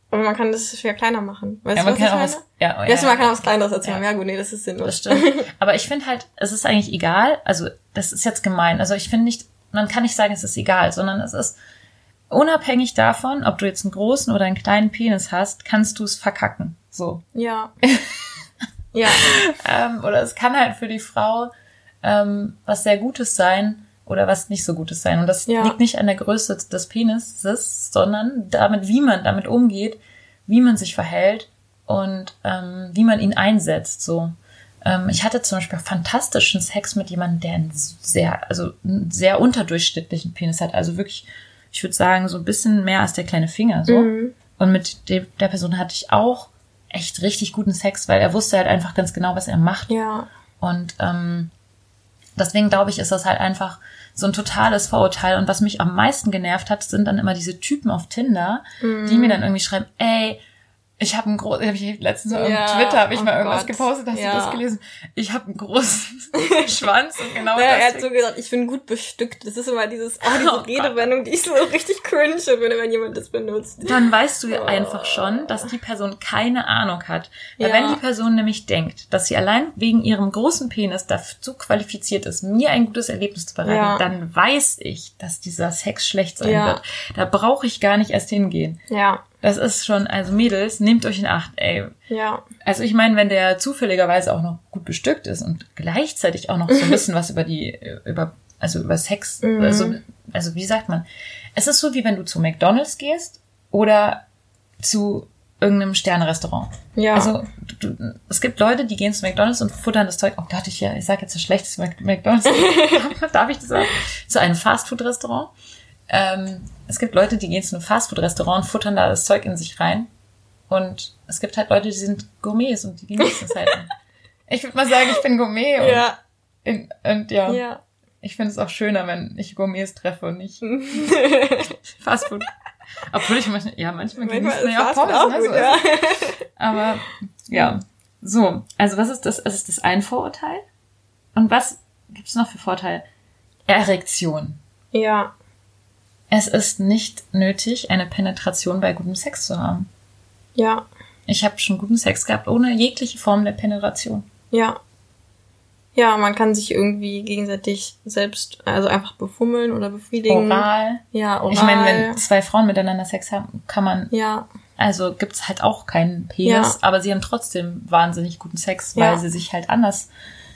Aber man kann das viel kleiner machen. Weißt Ja, du, man was kann ich auch meine? was, ja, Man kann auch was Kleineres erzählen. Ja. Ja gut, nee, das ist sinnlos. Das stimmt. Aber ich finde halt, es ist eigentlich egal. Also, das ist jetzt gemein. Also, ich finde nicht, man kann nicht sagen, es ist egal, sondern es ist unabhängig davon, ob du jetzt einen großen oder einen kleinen Penis hast, kannst du es verkacken. So. Ja. Ja. Oder es kann halt für die Frau was sehr Gutes sein oder was nicht so Gutes sein. Und das liegt nicht an der Größe des Penises, sondern damit, wie man damit umgeht, wie man sich verhält und wie man ihn einsetzt. So. Ich hatte zum Beispiel fantastischen Sex mit jemandem, der einen sehr unterdurchschnittlichen Penis hat. Also wirklich, ich würde sagen, so ein bisschen mehr als der kleine Finger. So. Mhm. Und mit der Person hatte ich auch echt richtig guten Sex, weil er wusste halt einfach ganz genau, was er macht. Ja. Und deswegen glaube ich, ist das halt einfach so ein totales Vorurteil. Und was mich am meisten genervt hat, sind dann immer diese Typen auf Tinder, die mir dann irgendwie schreiben, ey, ich habe einen großen, letztens auf Twitter habe ich mal irgendwas gepostet, hast du das gelesen? Ich habe einen großen Schwanz und genau naja, das. er hat so gesagt, ich bin gut bestückt. Das ist immer diese Redewendung, die ich so richtig cringe finde, wenn jemand das benutzt. Dann weißt du einfach schon, dass die Person keine Ahnung hat. Weil wenn die Person nämlich denkt, dass sie allein wegen ihrem großen Penis dazu qualifiziert ist, mir ein gutes Erlebnis zu bereiten, dann weiß ich, dass dieser Sex schlecht sein wird. Da brauche ich gar nicht erst hingehen. Ja. Das ist schon, also Mädels, nehmt euch in Acht, ey. Ja. Also ich meine, wenn der zufälligerweise auch noch gut bestückt ist und gleichzeitig auch noch so ein bisschen was über Sex, also wie sagt man? Es ist so, wie wenn du zu McDonald's gehst oder zu irgendeinem Sterne-Restaurant. Ja. Also es gibt Leute, die gehen zu McDonald's und futtern das Zeug. Oh Gott, ich sag jetzt das schlechteste McDonald's. Darf ich das sagen? Zu einem Fastfood-Restaurant. Es gibt Leute, die gehen zu einem Fastfood-Restaurant und futtern da das Zeug in sich rein. Und es gibt halt Leute, die sind Gourmets und die genießen es halt. Ich würde mal sagen, ich bin Gourmet. Und ich finde es auch schöner, wenn ich Gourmets treffe und nicht Fastfood. Obwohl ich manchmal genießt man ja auch Pommes. Auch gut, ja. Aber ja, so. Also was ist das? Es ist das ein Vorurteil. Und was gibt's noch für Vorteile? Erektion. Ja. Es ist nicht nötig, eine Penetration bei gutem Sex zu haben. Ja. Ich habe schon guten Sex gehabt, ohne jegliche Form der Penetration. Ja. Ja, man kann sich irgendwie gegenseitig selbst, also einfach befummeln oder befriedigen. Oral. Ja, oral. Ich meine, wenn zwei Frauen miteinander Sex haben, kann man... Ja. Also gibt's halt auch keinen Penis, aber sie haben trotzdem wahnsinnig guten Sex, weil sie sich halt anders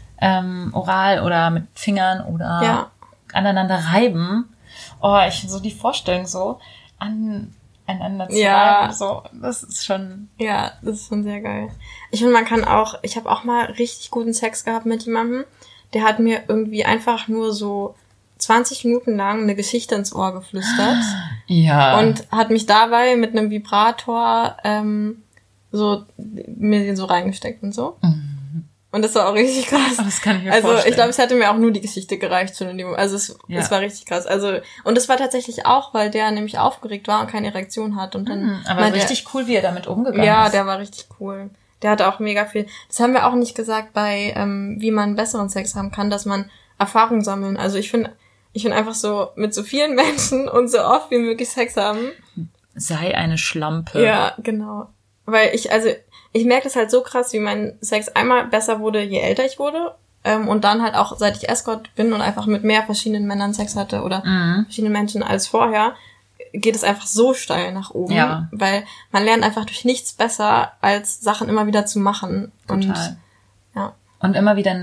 oral oder mit Fingern oder aneinander reiben. Oh, so die Vorstellung so, aneinander zu reiben, so, das ist schon... Ja, das ist schon sehr geil. Ich finde, ich habe auch mal richtig guten Sex gehabt mit jemandem, der hat mir irgendwie einfach nur so 20 Minuten lang eine Geschichte ins Ohr geflüstert. Ja. Und hat mich dabei mit einem Vibrator mir den so reingesteckt und so. Und das war auch richtig krass. Oh, das kann ich mir vorstellen. Also ich glaube, es hätte mir auch nur die Geschichte gereicht schon in dem Moment. Also es war richtig krass. Also und es war tatsächlich auch, weil der nämlich aufgeregt war und keine Erektion hat und dann. Aber richtig cool, wie er damit umgegangen ist. Ja, der war richtig cool. Der hatte auch mega viel. Das haben wir auch nicht gesagt bei wie man besseren Sex haben kann, dass man Erfahrung sammeln. Also ich finde einfach so mit so vielen Menschen und so oft wie möglich Sex haben. Sei eine Schlampe. Ja, genau. Weil ich merke das halt so krass, wie mein Sex einmal besser wurde, je älter ich wurde. Und dann halt auch, seit ich Escort bin und einfach mit mehr verschiedenen Männern Sex hatte oder verschiedenen Menschen als vorher, geht es einfach so steil nach oben. Ja. Weil man lernt einfach durch nichts besser, als Sachen immer wieder zu machen. Total. Und immer wieder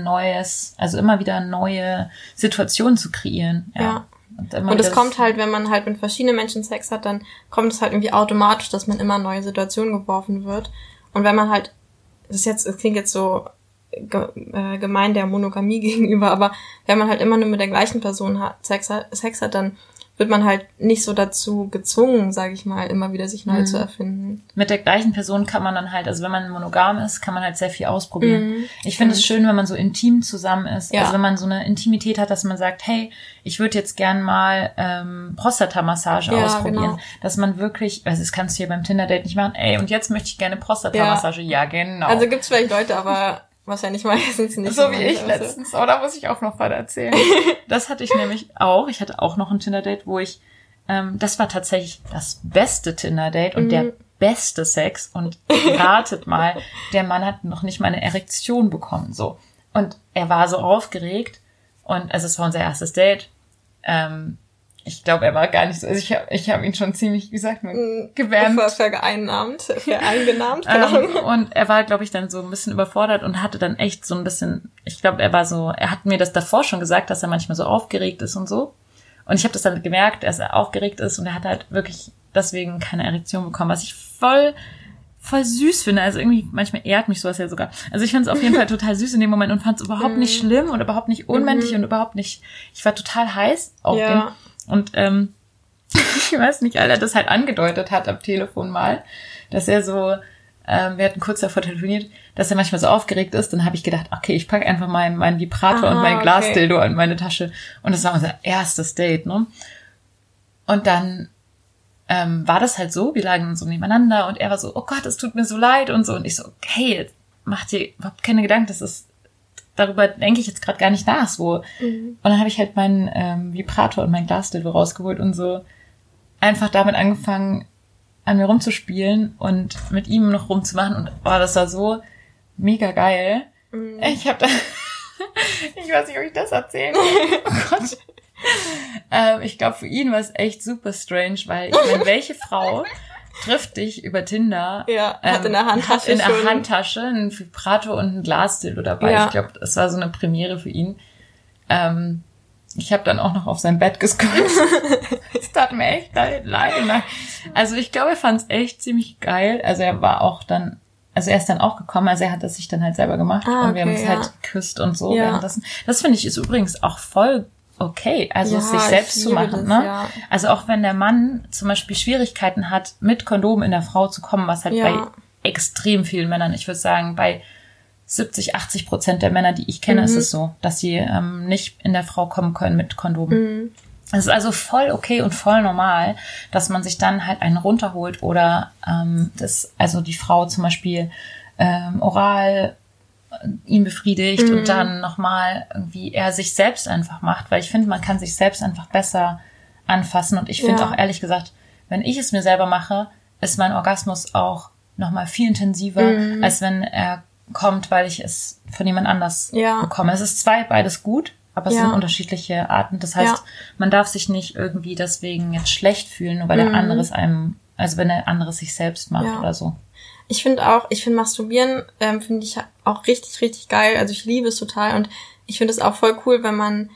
neue Situationen zu kreieren. Ja. Und es kommt halt, wenn man halt mit verschiedenen Menschen Sex hat, dann kommt es halt irgendwie automatisch, dass man immer in neue Situationen geworfen wird. Und wenn man halt, es klingt jetzt so gemein der Monogamie gegenüber, aber wenn man halt immer nur mit der gleichen Person Sex hat, dann wird man halt nicht so dazu gezwungen, sage ich mal, immer wieder sich neu zu erfinden. Mit der gleichen Person kann man dann halt, also wenn man monogam ist, kann man halt sehr viel ausprobieren. Ich finde es schön, wenn man so intim zusammen ist. Ja. Also wenn man so eine Intimität hat, dass man sagt, hey, ich würde jetzt gern mal Prostata-Massage ausprobieren. Genau. Dass man wirklich, also das kannst du hier beim Tinder-Date nicht machen, ey, und jetzt möchte ich gerne Prostata-Massage. Ja, genau. Also gibt's vielleicht Leute, aber wahrscheinlich meistens nicht. So wie ich letztens. Oh, da muss ich auch noch was erzählen. Das hatte ich nämlich auch. Ich hatte auch noch ein Tinder-Date, wo ich, das war tatsächlich das beste Tinder-Date und der beste Sex und ratet mal, der Mann hat noch nicht mal eine Erektion bekommen, so. Und er war so aufgeregt und also es war unser erstes Date. Ich glaube, er war gar nicht so, also ich hab ihn schon ziemlich, wie sagt man, gewärmt. Vereingenahmt, genau. Und er war, glaube ich, dann so ein bisschen überfordert und hatte dann echt so ein bisschen, ich glaube, er hat mir das davor schon gesagt, dass er manchmal so aufgeregt ist und so. Und ich habe das dann gemerkt, dass er aufgeregt ist und er hat halt wirklich deswegen keine Erektion bekommen, was ich voll süß finde. Also irgendwie, manchmal ehrt mich sowas ja sogar. Also ich fand es auf jeden Fall total süß in dem Moment und fand es überhaupt nicht schlimm und überhaupt nicht unmännlich und überhaupt nicht, ich war total heiß auf den. Und ich weiß nicht, weil er das halt angedeutet hat am Telefon mal, dass er so, wir hatten kurz davor telefoniert, dass er manchmal so aufgeregt ist. Dann habe ich gedacht, okay, ich packe einfach mal meinen Vibrator und mein Glasdildo in meine Tasche. Und das war unser erstes Date, ne? Und dann war das halt so, wir lagen so nebeneinander und er war so, oh Gott, es tut mir so leid und so. Und ich so, hey, mach dir überhaupt keine Gedanken, darüber denke ich jetzt gerade gar nicht nach, so. Und dann habe ich halt meinen Vibrator und mein Glasdildo rausgeholt und so einfach damit angefangen, an mir rumzuspielen und mit ihm noch rumzumachen und das war so mega geil. Ich habe da, ich weiß nicht, ob ich das erzählen kann. Oh Gott. Ich glaube, für ihn war es echt super strange, weil ich meine, welche Frau trifft dich über Tinder, hat in der Handtasche einen Vibrator und ein Glasdildo dabei. Ja. Ich glaube, das war so eine Premiere für ihn. Ich habe dann auch noch auf sein Bett gescrollt. Es tat mir echt leid. Also ich glaube, er fand es echt ziemlich geil. Also er ist dann auch gekommen, also er hat das sich dann halt selber gemacht und wir haben uns halt geküsst und so währenddessen. Das finde ich ist übrigens auch voll okay, also es sich selbst zu machen, ne? Ja. Also auch wenn der Mann zum Beispiel Schwierigkeiten hat, mit Kondom in der Frau zu kommen, was halt bei extrem vielen Männern, ich würde sagen, bei 70-80% der Männer, die ich kenne, ist es so, dass sie nicht in der Frau kommen können mit Kondom. Es ist also voll okay und voll normal, dass man sich dann halt einen runterholt oder also die Frau zum Beispiel oral ihn befriedigt und dann nochmal irgendwie er sich selbst einfach macht, weil ich finde, man kann sich selbst einfach besser anfassen und ich finde auch ehrlich gesagt, wenn ich es mir selber mache, ist mein Orgasmus auch nochmal viel intensiver, als wenn er kommt, weil ich es von jemand anders bekomme. Es ist beides gut, aber es sind unterschiedliche Arten. Das heißt, man darf sich nicht irgendwie deswegen jetzt schlecht fühlen, nur weil der andere es wenn der andere es sich selbst macht oder so. Ich finde Masturbieren, finde ich auch richtig, richtig geil. Also ich liebe es total und ich finde es auch voll cool, wenn man,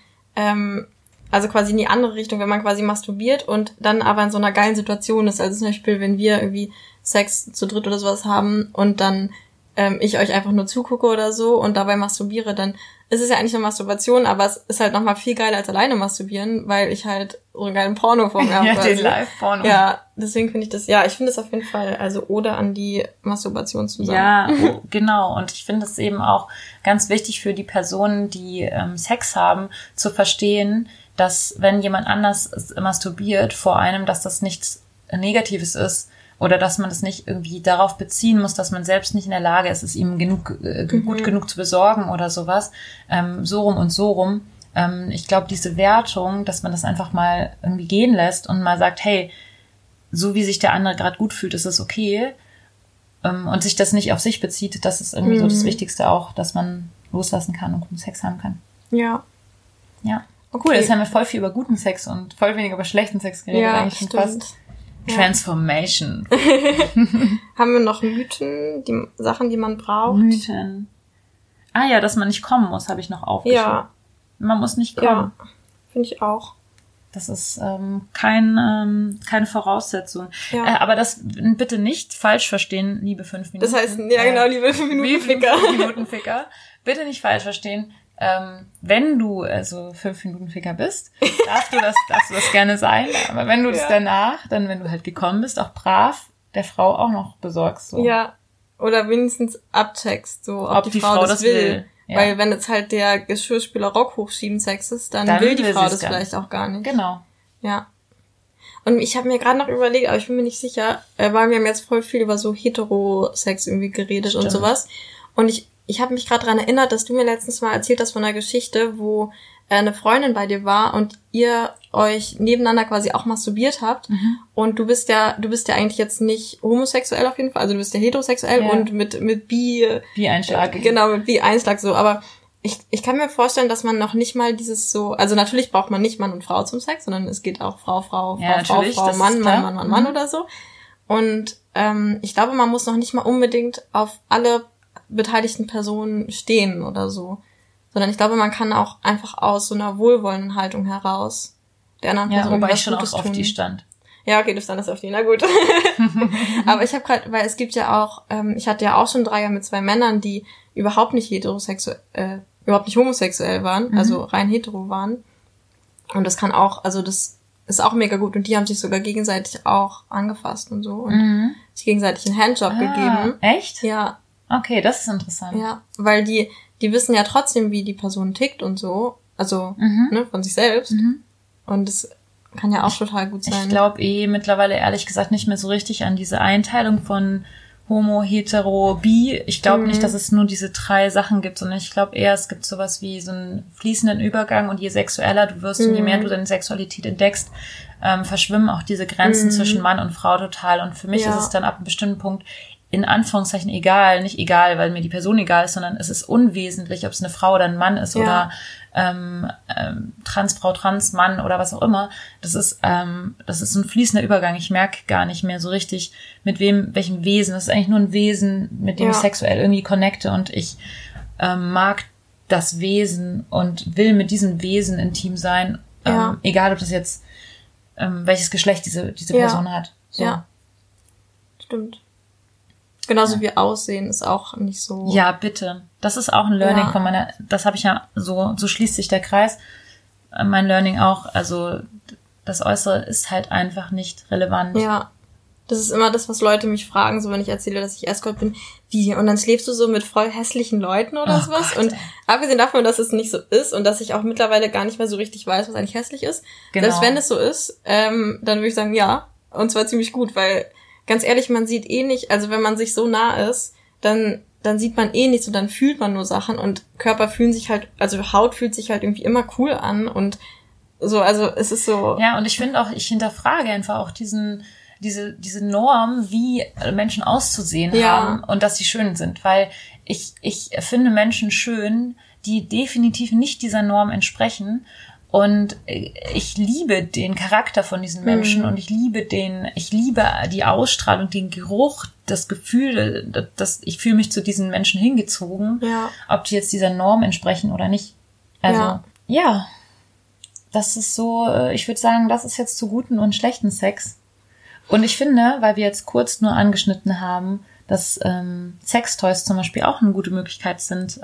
also quasi in die andere Richtung, wenn man quasi masturbiert und dann aber in so einer geilen Situation ist. Also zum Beispiel, wenn wir irgendwie Sex zu dritt oder sowas haben und dann ich euch einfach nur zugucke oder so und dabei masturbiere, dann ist es ja eigentlich eine Masturbation, aber es ist halt nochmal viel geiler als alleine masturbieren, weil ich halt so einen geilen Porno vor mir habe. Ja, den Live-Porno. Ja, deswegen finde ich das, ich finde es auf jeden Fall, also Ode an die Masturbation zu sagen. Ja, genau. Und ich finde es eben auch ganz wichtig für die Personen, die Sex haben, zu verstehen, dass wenn jemand anders masturbiert vor einem, dass das nichts Negatives ist, oder dass man das nicht irgendwie darauf beziehen muss, dass man selbst nicht in der Lage ist, es ihm gut genug zu besorgen oder sowas. So rum und so rum. Ich glaube, diese Wertung, dass man das einfach mal irgendwie gehen lässt und mal sagt, hey, so wie sich der andere gerade gut fühlt, ist es okay. Und sich das nicht auf sich bezieht, das ist irgendwie so das Wichtigste auch, dass man loslassen kann und guten Sex haben kann. Ja. Ja. Okay. Cool, jetzt haben wir voll viel über guten Sex und voll weniger über schlechten Sex geredet. Ja, eigentlich schon fast. Transformation. Haben wir noch Mythen, die Sachen, die man braucht? Mythen. Ah ja, dass man nicht kommen muss, habe ich noch aufgeschrieben. Ja. Man muss nicht kommen. Ja, finde ich auch. Das ist keine Voraussetzung. Ja. Aber das bitte nicht falsch verstehen, liebe 5 Minuten. Das heißt, genau, liebe 5 Minuten Ficker. 5 Minuten Ficker. Bitte nicht falsch verstehen. Wenn du 5 Minuten Ficker bist, darfst du das gerne sein. Aber wenn du das danach, dann wenn du halt gekommen bist, auch brav der Frau auch noch besorgst. So. Ja, oder wenigstens abcheckst, so ob die Frau das will. Ja. Weil wenn jetzt halt der Geschirrspüler Rock hochschieben Sex ist, dann will die Frau das vielleicht auch gar nicht. Genau. Ja. Und ich habe mir gerade noch überlegt, aber ich bin mir nicht sicher, weil wir haben jetzt voll viel über so Heterosex irgendwie geredet und sowas. Und ich ich habe mich gerade daran erinnert, dass du mir letztens mal erzählt hast von einer Geschichte, wo eine Freundin bei dir war und ihr euch nebeneinander quasi auch masturbiert habt. Und du bist ja eigentlich jetzt nicht homosexuell auf jeden Fall, also du bist ja heterosexuell und mit Bi-Einschlag. Genau, mit Bi-Einschlag so, aber ich kann mir vorstellen, dass man noch nicht mal dieses so, also natürlich braucht man nicht Mann und Frau zum Sex, sondern es geht auch Frau, Mann oder so. Und ich glaube, man muss noch nicht mal unbedingt auf alle beteiligten Personen stehen oder so. Sondern ich glaube, man kann auch einfach aus so einer wohlwollenden Haltung heraus der anderen Person wobei was ich schon Gutes auch auf tun. die stand. Ja, okay, du standest auf die, na gut. Aber ich habe gerade, weil es gibt ja auch, ich hatte ja auch schon 3 Jahre mit 2 Männern, die überhaupt nicht homosexuell waren, also rein hetero waren. Und das kann auch, also das ist auch mega gut. Und die haben sich sogar gegenseitig auch angefasst und so. Und sich gegenseitig einen Handjob gegeben. Echt? Ja. Okay, das ist interessant. Ja, weil die wissen ja trotzdem, wie die Person tickt und so. Also, ne, von sich selbst. Und das kann ja auch total gut sein. Ich glaube mittlerweile ehrlich gesagt nicht mehr so richtig an diese Einteilung von Homo, Hetero, Bi. Ich glaube nicht, dass es nur diese 3 Sachen gibt, sondern ich glaube eher, es gibt sowas wie so einen fließenden Übergang und je sexueller du wirst und je mehr du deine Sexualität entdeckst, verschwimmen auch diese Grenzen zwischen Mann und Frau total. Und für mich ist es dann ab einem bestimmten Punkt in Anführungszeichen egal, nicht egal, weil mir die Person egal ist, sondern es ist unwesentlich, ob es eine Frau oder ein Mann ist oder Transfrau, Transmann oder was auch immer. Das ist so ein fließender Übergang. Ich merke gar nicht mehr so richtig, mit welchem Wesen. Das ist eigentlich nur ein Wesen, mit dem ich sexuell irgendwie connecte und ich mag das Wesen und will mit diesem Wesen intim sein, egal ob das jetzt welches Geschlecht diese Person hat. So. Ja, stimmt. Genauso wie Aussehen ist auch nicht so. Ja, bitte. Das ist auch ein Learning von das habe ich ja so schließt sich der Kreis. Mein Learning auch, also das Äußere ist halt einfach nicht relevant. Ja. Das ist immer das, was Leute mich fragen, so wenn ich erzähle, dass ich Escort bin. Wie? Und dann schläfst du so mit voll hässlichen Leuten oder sowas? Gott. Und abgesehen davon, dass es nicht so ist und dass ich auch mittlerweile gar nicht mehr so richtig weiß, was eigentlich hässlich ist. Genau. Selbst wenn es so ist, dann würde ich sagen, ja. Und zwar ziemlich gut, weil ganz ehrlich, man sieht nicht, also wenn man sich so nah ist, dann sieht man nichts und dann fühlt man nur Sachen und Körper fühlen sich halt, also Haut fühlt sich halt irgendwie immer cool an und so, also es ist so. Ja, und ich finde auch, ich hinterfrage einfach auch diese Norm, wie Menschen auszusehen haben und dass sie schön sind, weil ich finde Menschen schön, die definitiv nicht dieser Norm entsprechen. Und ich liebe den Charakter von diesen Menschen und ich liebe die Ausstrahlung, den Geruch, das Gefühl, ich fühle mich zu diesen Menschen hingezogen, ob die jetzt dieser Norm entsprechen oder nicht. Also, das ist so, ich würde sagen, das ist jetzt zu guten und schlechten Sex. Und ich finde, weil wir jetzt kurz nur angeschnitten haben, dass Sextoys zum Beispiel auch eine gute Möglichkeit sind,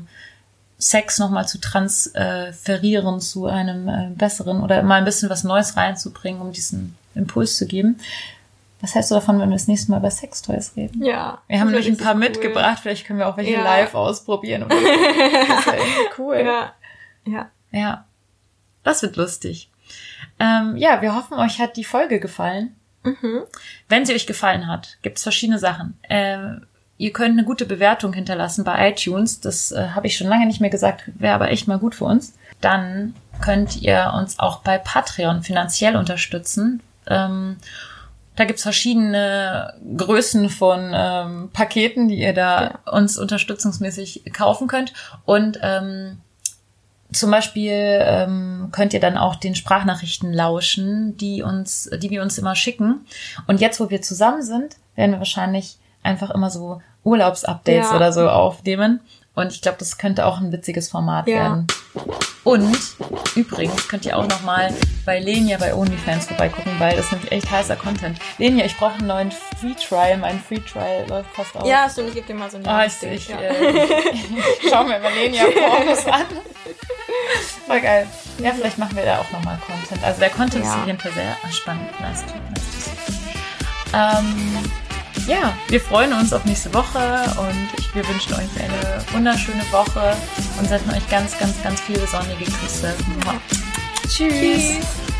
Sex nochmal zu transferieren zu einem besseren oder mal ein bisschen was Neues reinzubringen, um diesen Impuls zu geben. Was hältst du davon, wenn wir das nächste Mal über Sextoys reden? Ja. Wir haben nämlich ein paar mitgebracht, vielleicht können wir auch welche live ausprobieren. Oder so. Das ist ja irgendwie cool. Ja. Das wird lustig. Wir hoffen, euch hat die Folge gefallen. Wenn sie euch gefallen hat, gibt es verschiedene Sachen. Ihr könnt eine gute Bewertung hinterlassen bei iTunes. Das habe ich schon lange nicht mehr gesagt, wäre aber echt mal gut für uns. Dann könnt ihr uns auch bei Patreon finanziell unterstützen. Da gibt's verschiedene Größen von Paketen, die ihr da uns unterstützungsmäßig kaufen könnt. Und zum Beispiel könnt ihr dann auch den Sprachnachrichten lauschen, die wir uns immer schicken. Und jetzt, wo wir zusammen sind, werden wir wahrscheinlich einfach immer so Urlaubsupdates oder so aufnehmen. Und ich glaube, das könnte auch ein witziges Format werden. Und übrigens könnt ihr auch nochmal bei Lenia bei OnlyFans vorbeigucken, weil das ist nämlich echt heißer Content. Lenia, ich brauche einen neuen Free-Trial. Mein Free-Trial läuft fast aus. Ja, stimmt, ich gebe dir mal so einen ich schau mir mal Lenia Pornos an. Voll geil. Ja, vielleicht machen wir da auch nochmal Content. Also der Content ist auf jeden Fall sehr spannend. Nice to wir freuen uns auf nächste Woche und wir wünschen euch eine wunderschöne Woche und senden euch ganz, ganz, ganz viele sonnige Küsse. Tschüss.